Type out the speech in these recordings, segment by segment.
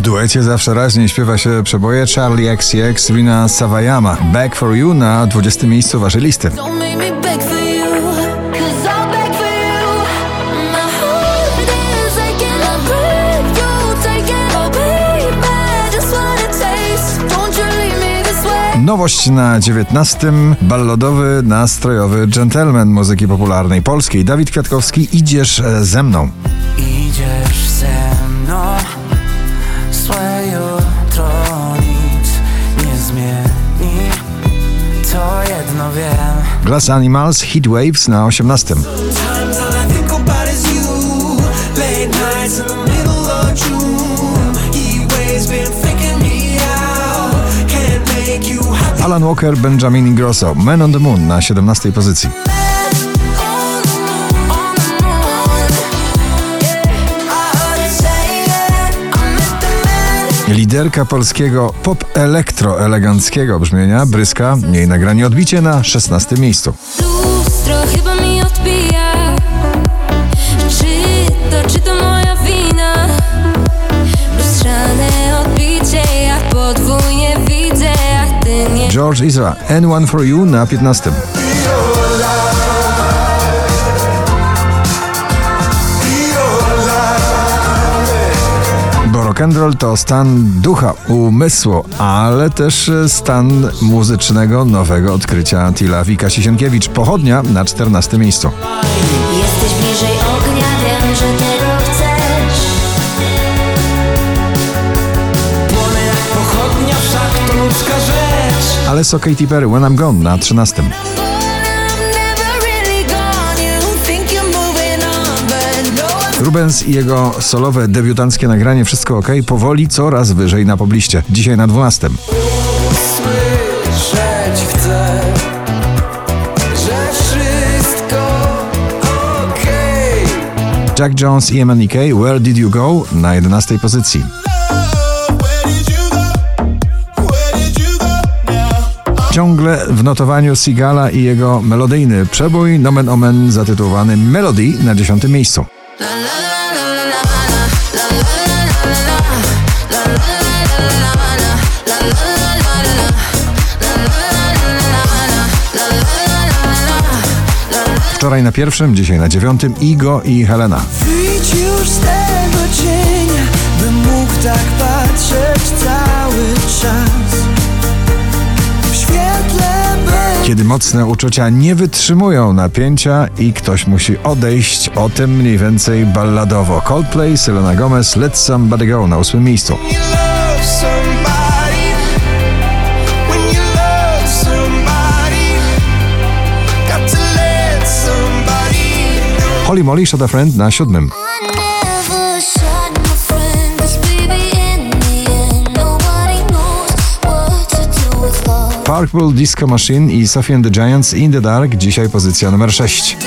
duecie zawsze raźniej śpiewa się przeboje Charli XCX, Rina Sawayama. Back for You na 20. miejscu waszej listy. Nowość na 19. Balladowy, nastrojowy dżentelmen muzyki popularnej polskiej. Dawid Kwiatkowski, Idziesz ze mną. Idziesz ze mną, złe jutro nic nie zmieni, to jedno wiem. Glass Animals, Heat Waves na 18. Alan Walker, Benjamin Ingrosso, Man on the Moon na 17. pozycji. Liderka polskiego pop-elektro-eleganckiego brzmienia Bryska, jej nagranie Odbicie na 16. miejscu. Lustro chyba mi odbija, czy to moja wina? Lustrzane odbicie, ja podwójnie widzę, jak ty nie. George Ezra, Anyone for You na 15. Bo rock and roll to stan ducha, umysłu, ale też stan muzycznego nowego odkrycia Tilla i Kasi Sienkiewicz. Pochodnia na 14. miejscu. Jesteś bliżej ognia, wiem, że tego chcesz. Płonę jak pochodnia, wszak to ludzka rzecz. Ale so Katy Perry, When I'm Gone na 13. Rubens i jego solowe, debiutanckie nagranie Wszystko OK powoli coraz wyżej na pobliście. Dzisiaj na 12. Słyszeć chcę, że wszystko okej. Jack Jones i MNEK, Where Did You Go na 11. pozycji. Ciągle w notowaniu Sigala i jego melodyjny przebój Nomen Omen zatytułowany Melody na 10. miejscu. Wczoraj na 1., dzisiaj na 9. Igo i Helena. Wyjdź już z tego cienia, bym mógł tak patrzeć cały czas. W świetle Kiedy mocne uczucia nie wytrzymują napięcia i ktoś musi odejść, o tym mniej więcej balladowo. Coldplay, Selena Gomez, Let Somebody Go na 8. miejscu. Holy Moly, Shot a Friend na 7. Purple Disco Machine i Sophie and the Giants, In the Dark, dzisiaj pozycja numer 6.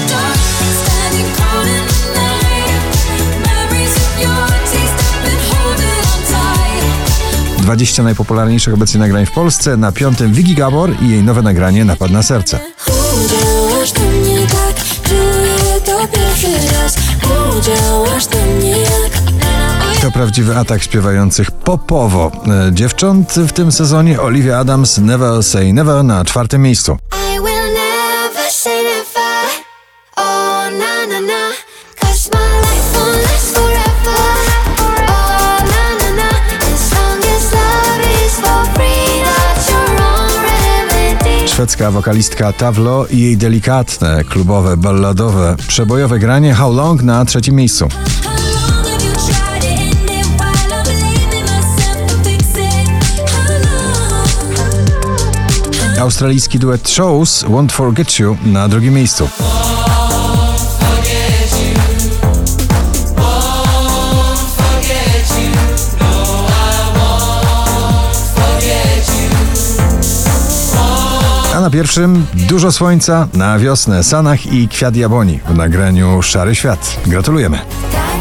20 najpopularniejszych obecnie nagrań w Polsce. Na 5. Wiki Gabor i jej nowe nagranie Napad na serce. Udziałasz do mnie tak, czuję to pierwszy raz. Udziałasz do mnie jak. To prawdziwy atak śpiewających popowo dziewcząt w tym sezonie. Olivia Adams, Never Say Never na 4. miejscu. I will never say never. Oh na na na, 'cause my life won't last forever. Oh na na na, as long as love is for free, that's your own remedy. Szwedzka wokalistka Tavlo i jej delikatne, klubowe, balladowe, przebojowe granie How Long na 3. miejscu. Australijski duet Shows, Won't Forget You na 2. miejscu. A na 1. Dużo słońca, na wiosnę Sanach i Kwiat Jabłoni w nagraniu Szary Świat. Gratulujemy.